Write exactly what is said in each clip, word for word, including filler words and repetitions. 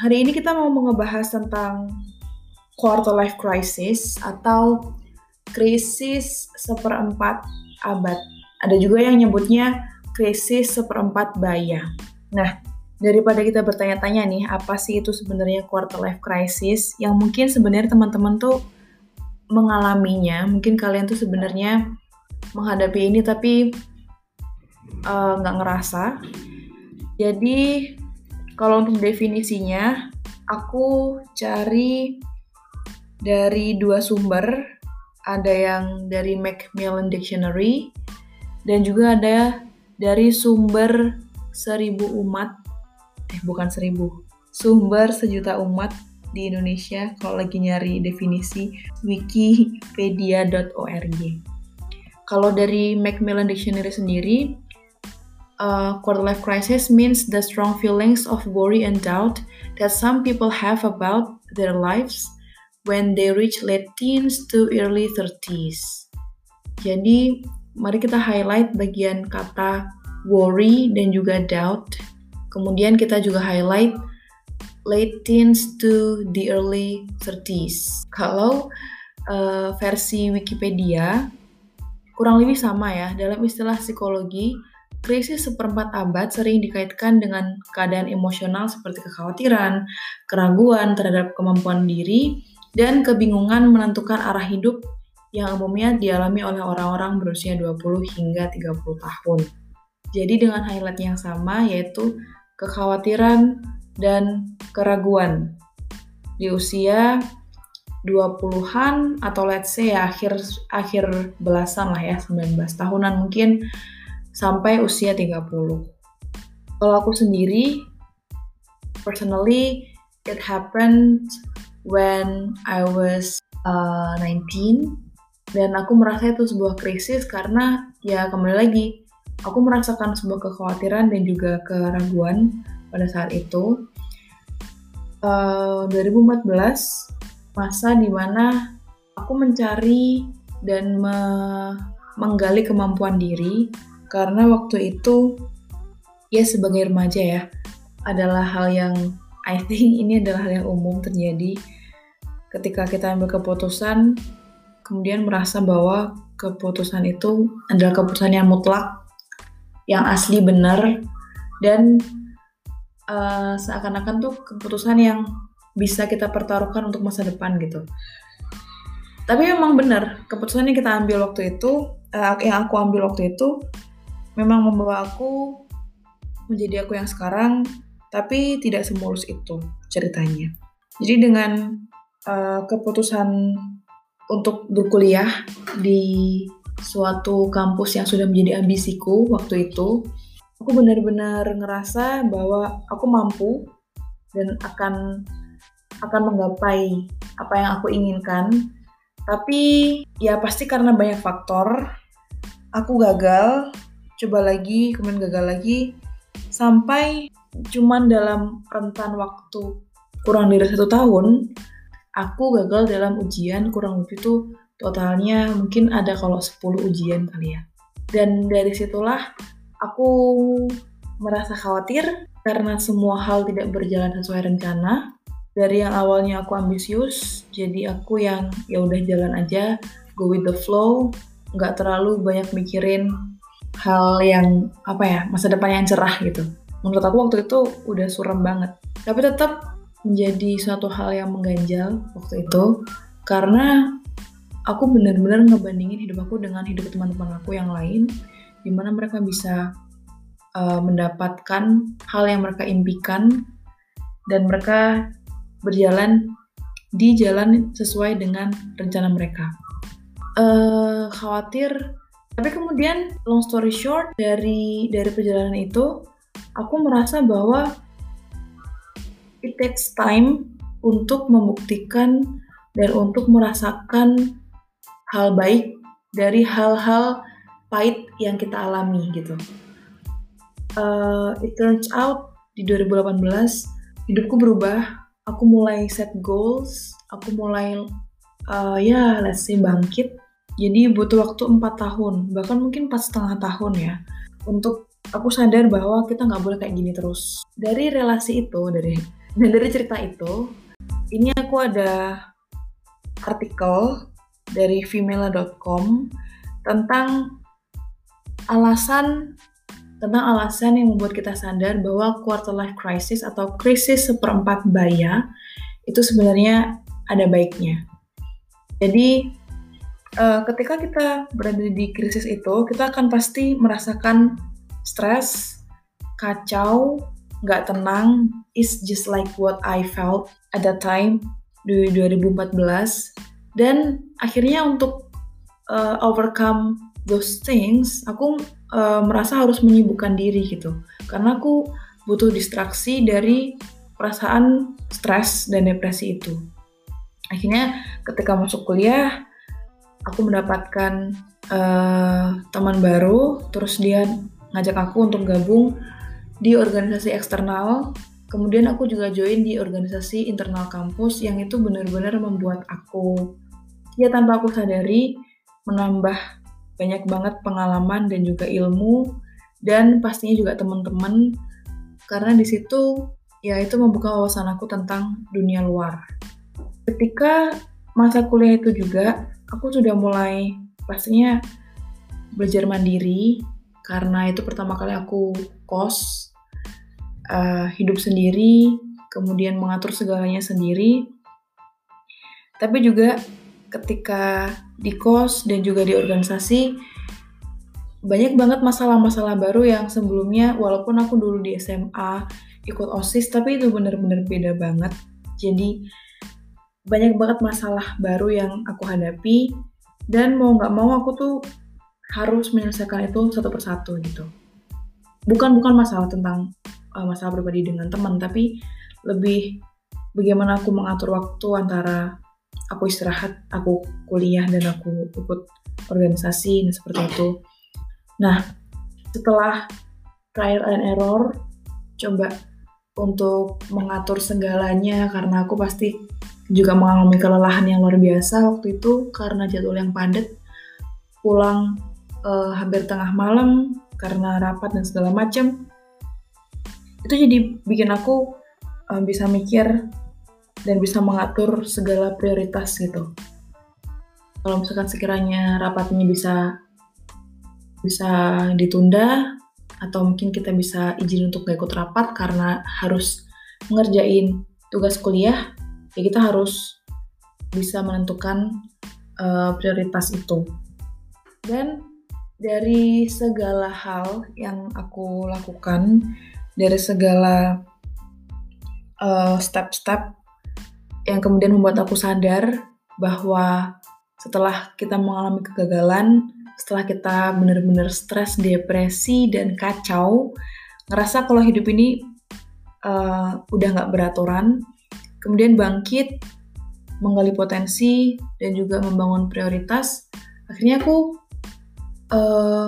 Hari ini kita mau ngebahas tentang quarter life crisis atau krisis seperempat abad. Ada juga yang nyebutnya krisis seperempat baya. Nah, daripada kita bertanya-tanya nih, apa sih itu sebenarnya quarter life crisis yang mungkin sebenarnya teman-teman tuh mengalaminya. Mungkin kalian tuh sebenarnya menghadapi ini tapi uh, nggak ngerasa. Jadi, kalau untuk definisinya, aku cari dari dua sumber. Ada yang dari Macmillan Dictionary dan juga ada dari sumber seribu umat, eh bukan seribu, sumber sejuta umat di Indonesia kalau lagi nyari definisi wikipedia dot org. Kalau dari Macmillan Dictionary sendiri, uh, quarter life crisis means the strong feelings of worry and doubt that some people have about their lives when they reach late teens to early thirties. Jadi, mari kita highlight bagian kata worry dan juga doubt. Kemudian kita juga highlight late teens to the early thirties. Kalau uh, versi Wikipedia, kurang lebih sama ya. Dalam istilah psikologi, krisis seperempat abad sering dikaitkan dengan keadaan emosional seperti kekhawatiran, keraguan terhadap kemampuan diri, dan kebingungan menentukan arah hidup yang umumnya dialami oleh orang-orang berusia dua puluh hingga tiga puluh tahun. Jadi dengan highlight yang sama yaitu kekhawatiran dan keraguan di usia dua puluhan atau let's say ya, akhir akhir belasan lah ya, sembilan belas tahunan mungkin sampai usia tiga puluh. Kalau aku sendiri, personally, it happened when I was uh, nineteen, dan aku merasa itu sebuah krisis karena ya kembali lagi aku merasakan sebuah kekhawatiran dan juga keraguan pada saat itu. uh, dua ribu empat belas, masa dimana aku mencari dan me- menggali kemampuan diri, karena waktu itu ya sebagai remaja ya adalah hal yang I think ini adalah hal yang umum terjadi ketika kita ambil keputusan, kemudian merasa bahwa keputusan itu adalah keputusan yang mutlak, yang asli benar, dan uh, seakan-akan tuh keputusan yang bisa kita pertaruhkan untuk masa depan gitu. Tapi memang benar, keputusan yang kita ambil waktu itu, uh, yang aku ambil waktu itu, memang membawa aku menjadi aku yang sekarang, tapi tidak semulus itu ceritanya. Jadi dengan uh, keputusan untuk berkuliah di suatu kampus yang sudah menjadi ambisiku waktu itu, aku benar-benar ngerasa bahwa aku mampu dan akan akan menggapai apa yang aku inginkan. Tapi ya pasti karena banyak faktor, aku gagal, coba lagi, kemudian gagal lagi, sampai cuman dalam rentan waktu kurang dari satu tahun, aku gagal dalam ujian kurang lebih itu totalnya mungkin ada kalau sepuluh ujian kali ya. Dan dari situlah aku merasa khawatir karena semua hal tidak berjalan sesuai rencana. Dari yang awalnya aku ambisius, jadi aku yang ya udah jalan aja, go with the flow, nggak terlalu banyak mikirin hal yang apa ya, masa depan yang cerah gitu. Menurut aku waktu itu udah suram banget. Tapi tetap menjadi suatu hal yang mengganjal waktu itu, karena aku benar-benar ngebandingin hidup aku dengan hidup teman-teman aku yang lain, di mana mereka bisa uh, mendapatkan hal yang mereka impikan, dan mereka berjalan di jalan sesuai dengan rencana mereka. Uh, khawatir, tapi kemudian long story short, dari dari perjalanan itu aku merasa bahwa it takes time untuk membuktikan dan untuk merasakan hal baik dari hal-hal pahit yang kita alami gitu. Uh, it turns out di dua ribu delapan belas hidupku berubah. Aku mulai set goals, aku mulai uh, ya let's say bangkit. Jadi butuh waktu empat tahun, bahkan mungkin empat setengah tahun ya, untuk aku sadar bahwa kita nggak boleh kayak gini terus. Dari relasi itu, dari Dan dari cerita itu, ini aku ada artikel dari female dot com tentang alasan tentang alasan yang membuat kita sadar bahwa quarter life crisis atau krisis seperempat baya itu sebenarnya ada baiknya. Jadi uh, ketika kita berada di krisis itu, kita akan pasti merasakan stres, kacau, nggak tenang. It's just like what I felt at that time di dua ribu empat belas. Dan akhirnya untuk uh, overcome those things, aku uh, merasa harus menyibukkan diri gitu. Karena aku butuh distraksi dari perasaan stres dan depresi itu. Akhirnya ketika masuk kuliah, aku mendapatkan uh, teman baru, terus dia ngajak aku untuk gabung di organisasi eksternal. Kemudian aku juga join di organisasi internal kampus yang itu benar-benar membuat aku, ya tanpa aku sadari, menambah banyak banget pengalaman dan juga ilmu, dan pastinya juga teman-teman, karena di situ ya itu membuka wawasan aku tentang dunia luar. Ketika masa kuliah itu juga, aku sudah mulai pastinya belajar mandiri, karena itu pertama kali aku kos, uh, hidup sendiri, kemudian mengatur segalanya sendiri. Tapi juga ketika di kos dan juga di organisasi, banyak banget masalah-masalah baru yang sebelumnya, walaupun aku dulu di S M A ikut OSIS, tapi itu benar-benar beda banget. Jadi banyak banget masalah baru yang aku hadapi, dan mau gak mau aku tuh harus menyelesaikan itu satu persatu gitu. Bukan bukan masalah tentang uh, masalah pribadi dengan teman, tapi lebih bagaimana aku mengatur waktu antara aku istirahat, aku kuliah, dan aku ikut organisasi, dan seperti itu. Nah, setelah trial and error, coba untuk mengatur segalanya, karena aku pasti juga mengalami kelelahan yang luar biasa waktu itu karena jadwal yang padat, pulang uh, hampir tengah malam karena rapat dan segala macam. Itu jadi bikin aku uh, bisa mikir dan bisa mengatur segala prioritas gitu. Kalau misalkan sekiranya rapatnya bisa bisa ditunda, atau mungkin kita bisa izin untuk gak ikut rapat karena harus ngerjain tugas kuliah, ya kita harus bisa menentukan uh, prioritas itu. Dan dari segala hal yang aku lakukan, dari segala uh, step-step yang kemudian membuat aku sadar bahwa setelah kita mengalami kegagalan, setelah kita benar-benar stres, depresi, dan kacau, ngerasa kalau hidup ini uh, udah gak beraturan, kemudian bangkit, menggali potensi, dan juga membangun prioritas, akhirnya aku uh,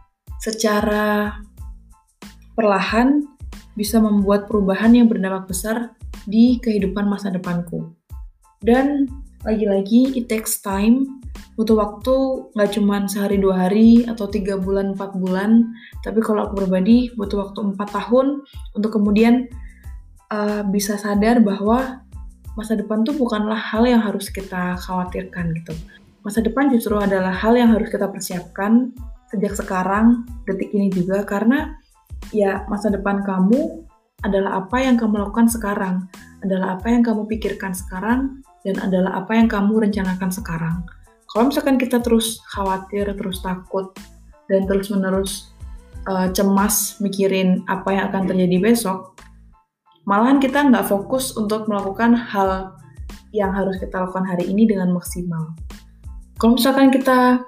secara perlahan bisa membuat perubahan yang berdampak besar di kehidupan masa depanku. Dan lagi-lagi, it takes time, butuh waktu gak cuma sehari dua hari atau tiga bulan empat bulan, tapi kalau aku pribadi butuh waktu empat tahun untuk kemudian uh, bisa sadar bahwa masa depan tuh bukanlah hal yang harus kita khawatirkan gitu. Masa depan justru adalah hal yang harus kita persiapkan sejak sekarang, detik ini juga, karena ya masa depan kamu adalah apa yang kamu lakukan sekarang, adalah apa yang kamu pikirkan sekarang, dan adalah apa yang kamu rencanakan sekarang. Kalau misalkan kita terus khawatir, terus takut, dan terus-menerus uh, cemas mikirin apa yang akan terjadi besok, malahan kita nggak fokus untuk melakukan hal yang harus kita lakukan hari ini dengan maksimal. Kalau misalkan kita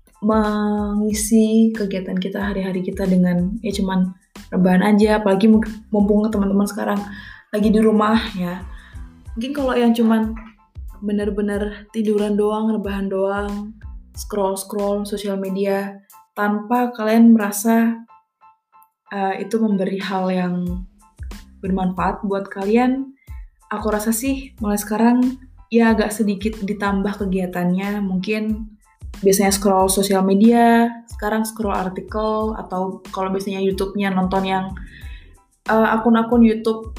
mengisi kegiatan kita hari-hari kita dengan ya cuman rebahan aja, apalagi mumpung teman-teman sekarang lagi di rumah ya. Mungkin kalau yang cuman benar-benar tiduran doang, rebahan doang, scroll-scroll sosial media tanpa kalian merasa uh, itu memberi hal yang bermanfaat buat kalian, aku rasa sih mulai sekarang ya agak sedikit ditambah kegiatannya. Mungkin biasanya scroll sosial media, sekarang scroll artikel, atau kalau biasanya YouTube-nya nonton yang uh, akun-akun YouTube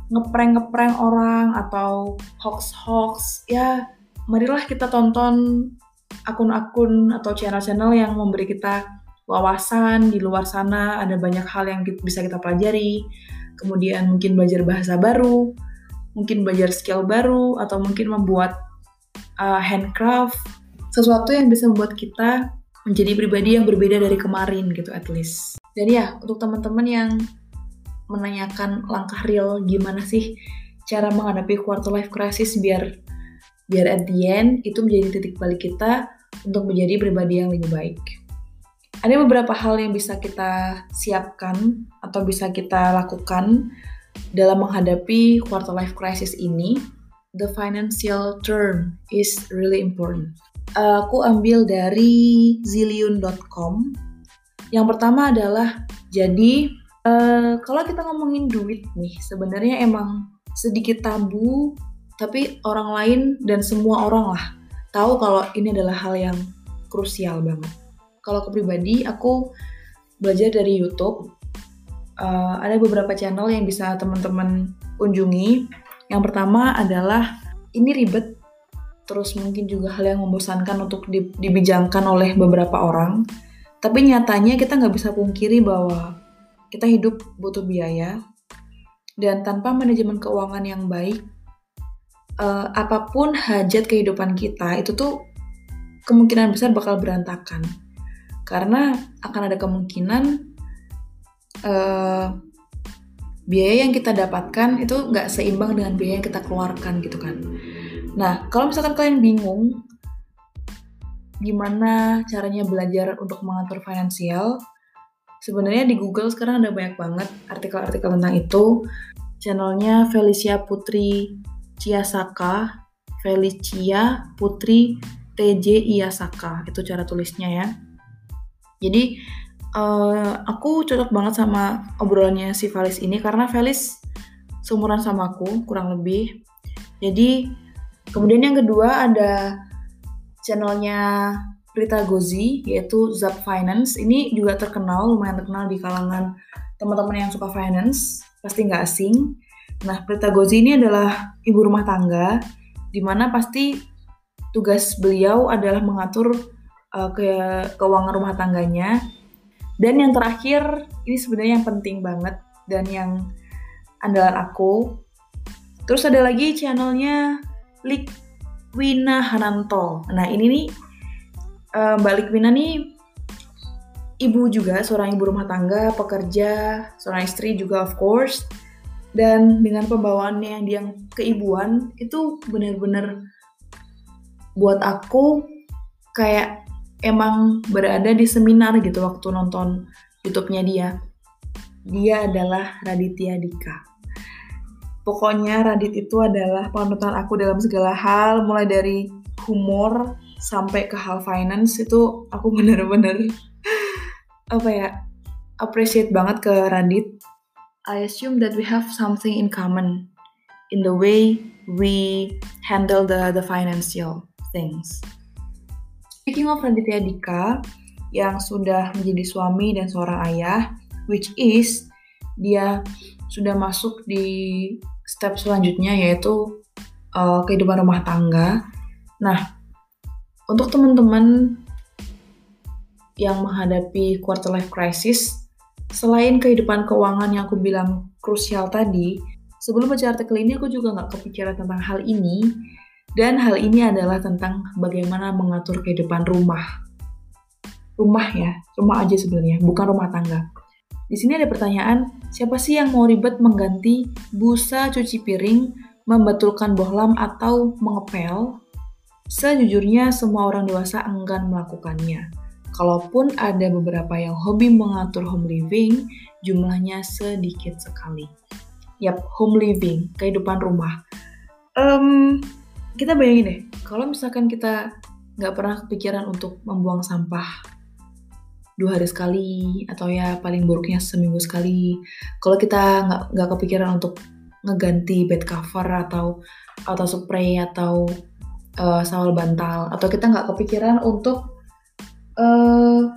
ngeprank-ngeprank orang atau hoax-hoax, ya marilah kita tonton akun-akun atau channel-channel yang memberi kita wawasan di luar sana. Ada banyak hal yang bisa kita pelajari, kemudian mungkin belajar bahasa baru, mungkin belajar skill baru, atau mungkin membuat uh, handcraft, sesuatu yang bisa membuat kita menjadi pribadi yang berbeda dari kemarin gitu at least. Dan ya, untuk teman-teman yang menanyakan langkah real gimana sih cara menghadapi quarter life crisis biar biar at the end itu menjadi titik balik kita untuk menjadi pribadi yang lebih baik. Ada beberapa hal yang bisa kita siapkan atau bisa kita lakukan dalam menghadapi quarter life crisis ini. The financial term is really important. Uh, aku ambil dari zillion dot com. Yang pertama adalah, jadi uh, kalau kita ngomongin duit nih, sebenarnya emang sedikit tabu, tapi orang lain dan semua orang lah tahu kalau ini adalah hal yang krusial banget. Kalau aku pribadi, aku belajar dari YouTube. Uh, ada beberapa channel yang bisa teman-teman kunjungi. Yang pertama adalah, ini ribet, terus mungkin juga hal yang membosankan untuk dibijangkan oleh beberapa orang. Tapi nyatanya kita nggak bisa pungkiri bahwa kita hidup butuh biaya. Dan tanpa manajemen keuangan yang baik, uh, apapun hajat kehidupan kita, itu tuh kemungkinan besar bakal berantakan. Karena akan ada kemungkinan uh, biaya yang kita dapatkan itu nggak seimbang dengan biaya yang kita keluarkan gitu kan. Nah, kalau misalkan kalian bingung gimana caranya belajar untuk mengatur finansial, sebenarnya di Google sekarang ada banyak banget artikel-artikel tentang itu. Channelnya Felicia Putri Chiasaka, Felicia Putri T J Iyasaka, itu cara tulisnya ya. Jadi uh, aku cocok banget sama obrolannya si Felis ini karena Felis seumuran sama aku kurang lebih. Jadi kemudian yang kedua ada channelnya Rita Gozi, yaitu Zap Finance. Ini juga terkenal, lumayan terkenal di kalangan teman-teman yang suka finance, pasti nggak asing. Nah, Rita Gozi ini adalah ibu rumah tangga, di mana pasti tugas beliau adalah mengatur uh, ke keuangan rumah tangganya. Dan yang terakhir, ini sebenarnya yang penting banget dan yang andalan aku. Terus ada lagi channelnya Likwina Hananto. Nah, ini nih uh, Mbak Likwina nih ibu juga, seorang ibu rumah tangga, pekerja, seorang istri juga of course. Dan dengan pembawaannya yang dia keibuan, itu benar-benar buat aku kayak emang berada di seminar gitu waktu nonton YouTube-nya dia. Dia adalah Raditya Dika. Pokoknya Radit itu adalah panutan aku dalam segala hal, mulai dari humor sampai ke hal finance. Itu aku benar-benar apa ya, appreciate banget ke Radit. I assume that we have something in common in the way we handle the the financial things. Speaking of Raditya Dika yang sudah menjadi suami dan seorang ayah, which is dia sudah masuk di step selanjutnya yaitu uh, kehidupan rumah tangga. Nah, untuk teman-teman yang menghadapi quarter life crisis, selain kehidupan keuangan yang aku bilang krusial tadi, sebelum baca artikel ini aku juga nggak kepikiran tentang hal ini. Dan hal ini adalah tentang bagaimana mengatur kehidupan rumah. Rumah ya, rumah aja sebenarnya, bukan rumah tangga. Di sini ada pertanyaan, siapa sih yang mau ribet mengganti busa cuci piring, membetulkan bohlam, atau mengepel? Sejujurnya semua orang dewasa enggan melakukannya. Kalaupun ada beberapa yang hobi mengatur home living, jumlahnya sedikit sekali. Yap, home living, kehidupan rumah. Um, kita bayangin deh, kalau misalkan kita nggak pernah kepikiran untuk membuang sampah dua hari sekali, atau ya paling buruknya seminggu sekali. Kalau kita nggak nggak kepikiran untuk ngeganti bed cover atau atau spray atau uh, sawal bantal, atau kita nggak kepikiran untuk uh,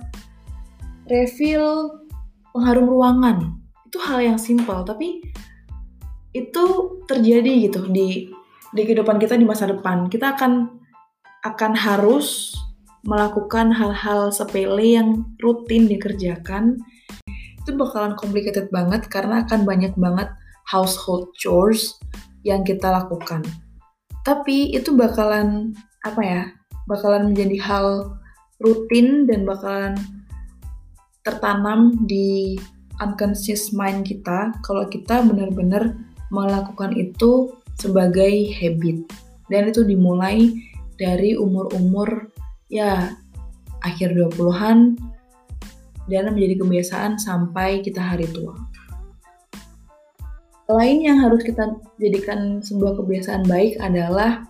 refill pengharum ruangan, itu hal yang simpel, tapi itu terjadi gitu di di kehidupan kita di masa depan. Kita akan akan harus melakukan hal-hal sepele yang rutin dikerjakan. Itu bakalan complicated banget karena akan banyak banget household chores yang kita lakukan. Tapi itu bakalan apa ya? Bakalan menjadi hal rutin dan bakalan tertanam di unconscious mind kita kalau kita benar-benar melakukan itu sebagai habit. Dan itu dimulai dari umur-umur ya akhir dua puluhan dan menjadi kebiasaan sampai kita hari tua. Lain yang harus kita jadikan sebuah kebiasaan baik adalah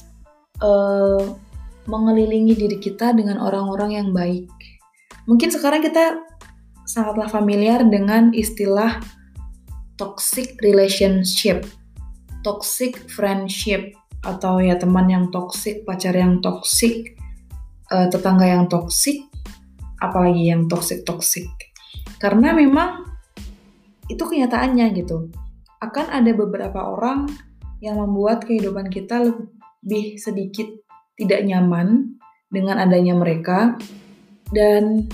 uh, mengelilingi diri kita dengan orang-orang yang baik. Mungkin sekarang kita sangatlah familiar dengan istilah toxic relationship, toxic friendship, atau ya teman yang toxic, pacar yang toxic, uh, tetangga yang toxic, apalagi yang toxic-toxic. Karena memang itu kenyataannya gitu. Akan ada beberapa orang yang membuat kehidupan kita lebih sedikit tidak nyaman dengan adanya mereka. Dan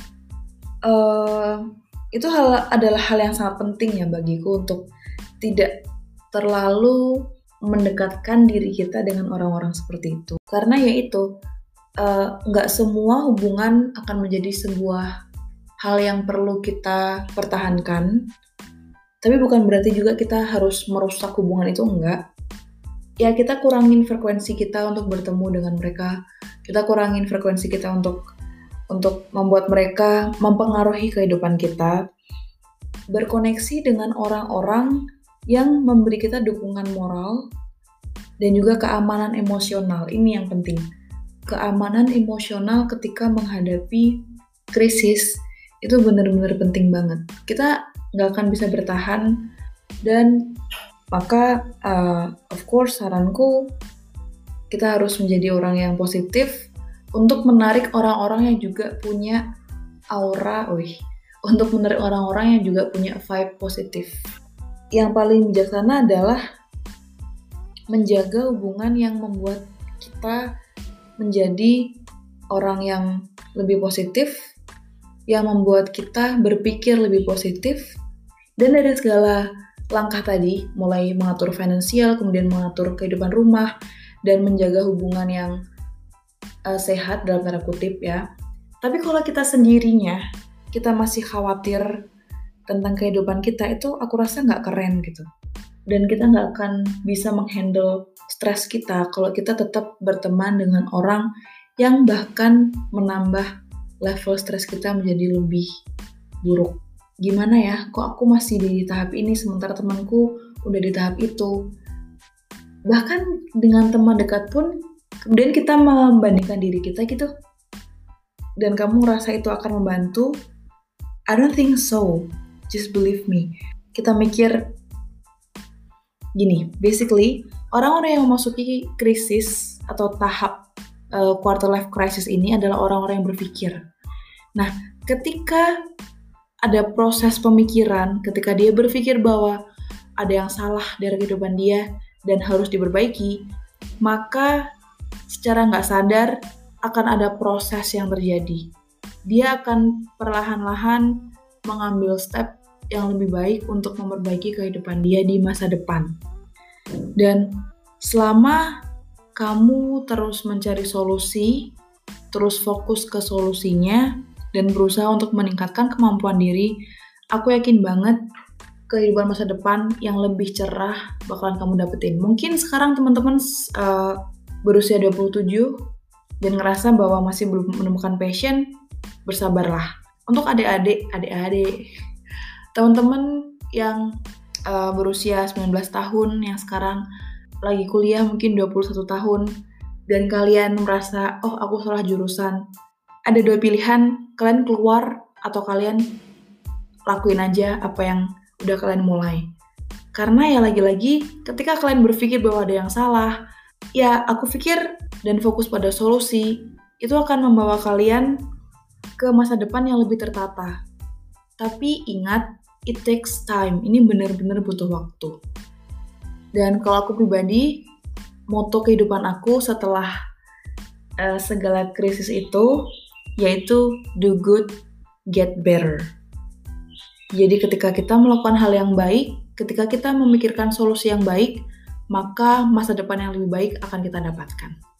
uh, itu hal, adalah hal yang sangat penting ya bagiku untuk tidak terlalu mendekatkan diri kita dengan orang-orang seperti itu. Karena ya itu, uh, nggak semua hubungan akan menjadi sebuah hal yang perlu kita pertahankan. Tapi bukan berarti juga kita harus merusak hubungan itu, enggak. Ya kita kurangin frekuensi kita untuk bertemu dengan mereka. Kita kurangin frekuensi kita untuk untuk membuat mereka mempengaruhi kehidupan kita. Berkoneksi dengan orang-orang yang memberi kita dukungan moral dan juga keamanan emosional. Ini yang penting. Keamanan emosional ketika menghadapi krisis itu benar-benar penting banget. Kita nggak akan bisa bertahan dan maka uh, of course saranku kita harus menjadi orang yang positif untuk menarik orang-orang yang juga punya aura, wih, untuk menarik orang-orang yang juga punya vibe positif. Yang paling bijaksana adalah menjaga hubungan yang membuat kita menjadi orang yang lebih positif, yang membuat kita berpikir lebih positif, dan dari segala langkah tadi, mulai mengatur finansial, kemudian mengatur kehidupan rumah, dan menjaga hubungan yang uh, sehat dalam tanda kutip ya. Tapi kalau kita sendirinya, kita masih khawatir tentang kehidupan kita, itu aku rasa nggak keren gitu. Dan kita nggak akan bisa menghandle stres kita kalau kita tetap berteman dengan orang yang bahkan menambah level stres kita menjadi lebih buruk. Gimana ya, kok aku masih di tahap ini sementara temanku udah di tahap itu. Bahkan dengan teman dekat pun, kemudian kita membandingkan diri kita gitu. Dan kamu ngerasa itu akan membantu? I don't think so. Just believe me. Kita mikir gini, basically, orang-orang yang memasuki krisis atau tahap uh, quarter life crisis ini adalah orang-orang yang berpikir. Nah, ketika ada proses pemikiran, ketika dia berpikir bahwa ada yang salah dari kehidupan dia dan harus diperbaiki, maka secara nggak sadar akan ada proses yang terjadi. Dia akan perlahan-lahan mengambil step yang lebih baik untuk memperbaiki kehidupan dia di masa depan. Dan selama kamu terus mencari solusi, terus fokus ke solusinya, dan berusaha untuk meningkatkan kemampuan diri, aku yakin banget kehidupan masa depan yang lebih cerah bakalan kamu dapetin. Mungkin sekarang teman-teman uh, berusia dua puluh tujuh dan ngerasa bahwa masih belum menemukan passion, bersabarlah. Untuk adik-adik, adik-adik, teman-teman yang uh, berusia sembilan belas tahun, yang sekarang lagi kuliah mungkin dua puluh satu tahun, dan kalian merasa, oh aku salah jurusan, ada dua pilihan, kalian keluar atau kalian lakuin aja apa yang udah kalian mulai. Karena ya lagi-lagi ketika kalian berpikir bahwa ada yang salah, ya aku pikir dan fokus pada solusi, itu akan membawa kalian ke masa depan yang lebih tertata. Tapi ingat, it takes time, ini benar-benar butuh waktu. Dan kalau aku pribadi, moto kehidupan aku setelah uh, segala krisis itu yaitu do good, get better. Jadi ketika kita melakukan hal yang baik, ketika kita memikirkan solusi yang baik, maka masa depan yang lebih baik akan kita dapatkan.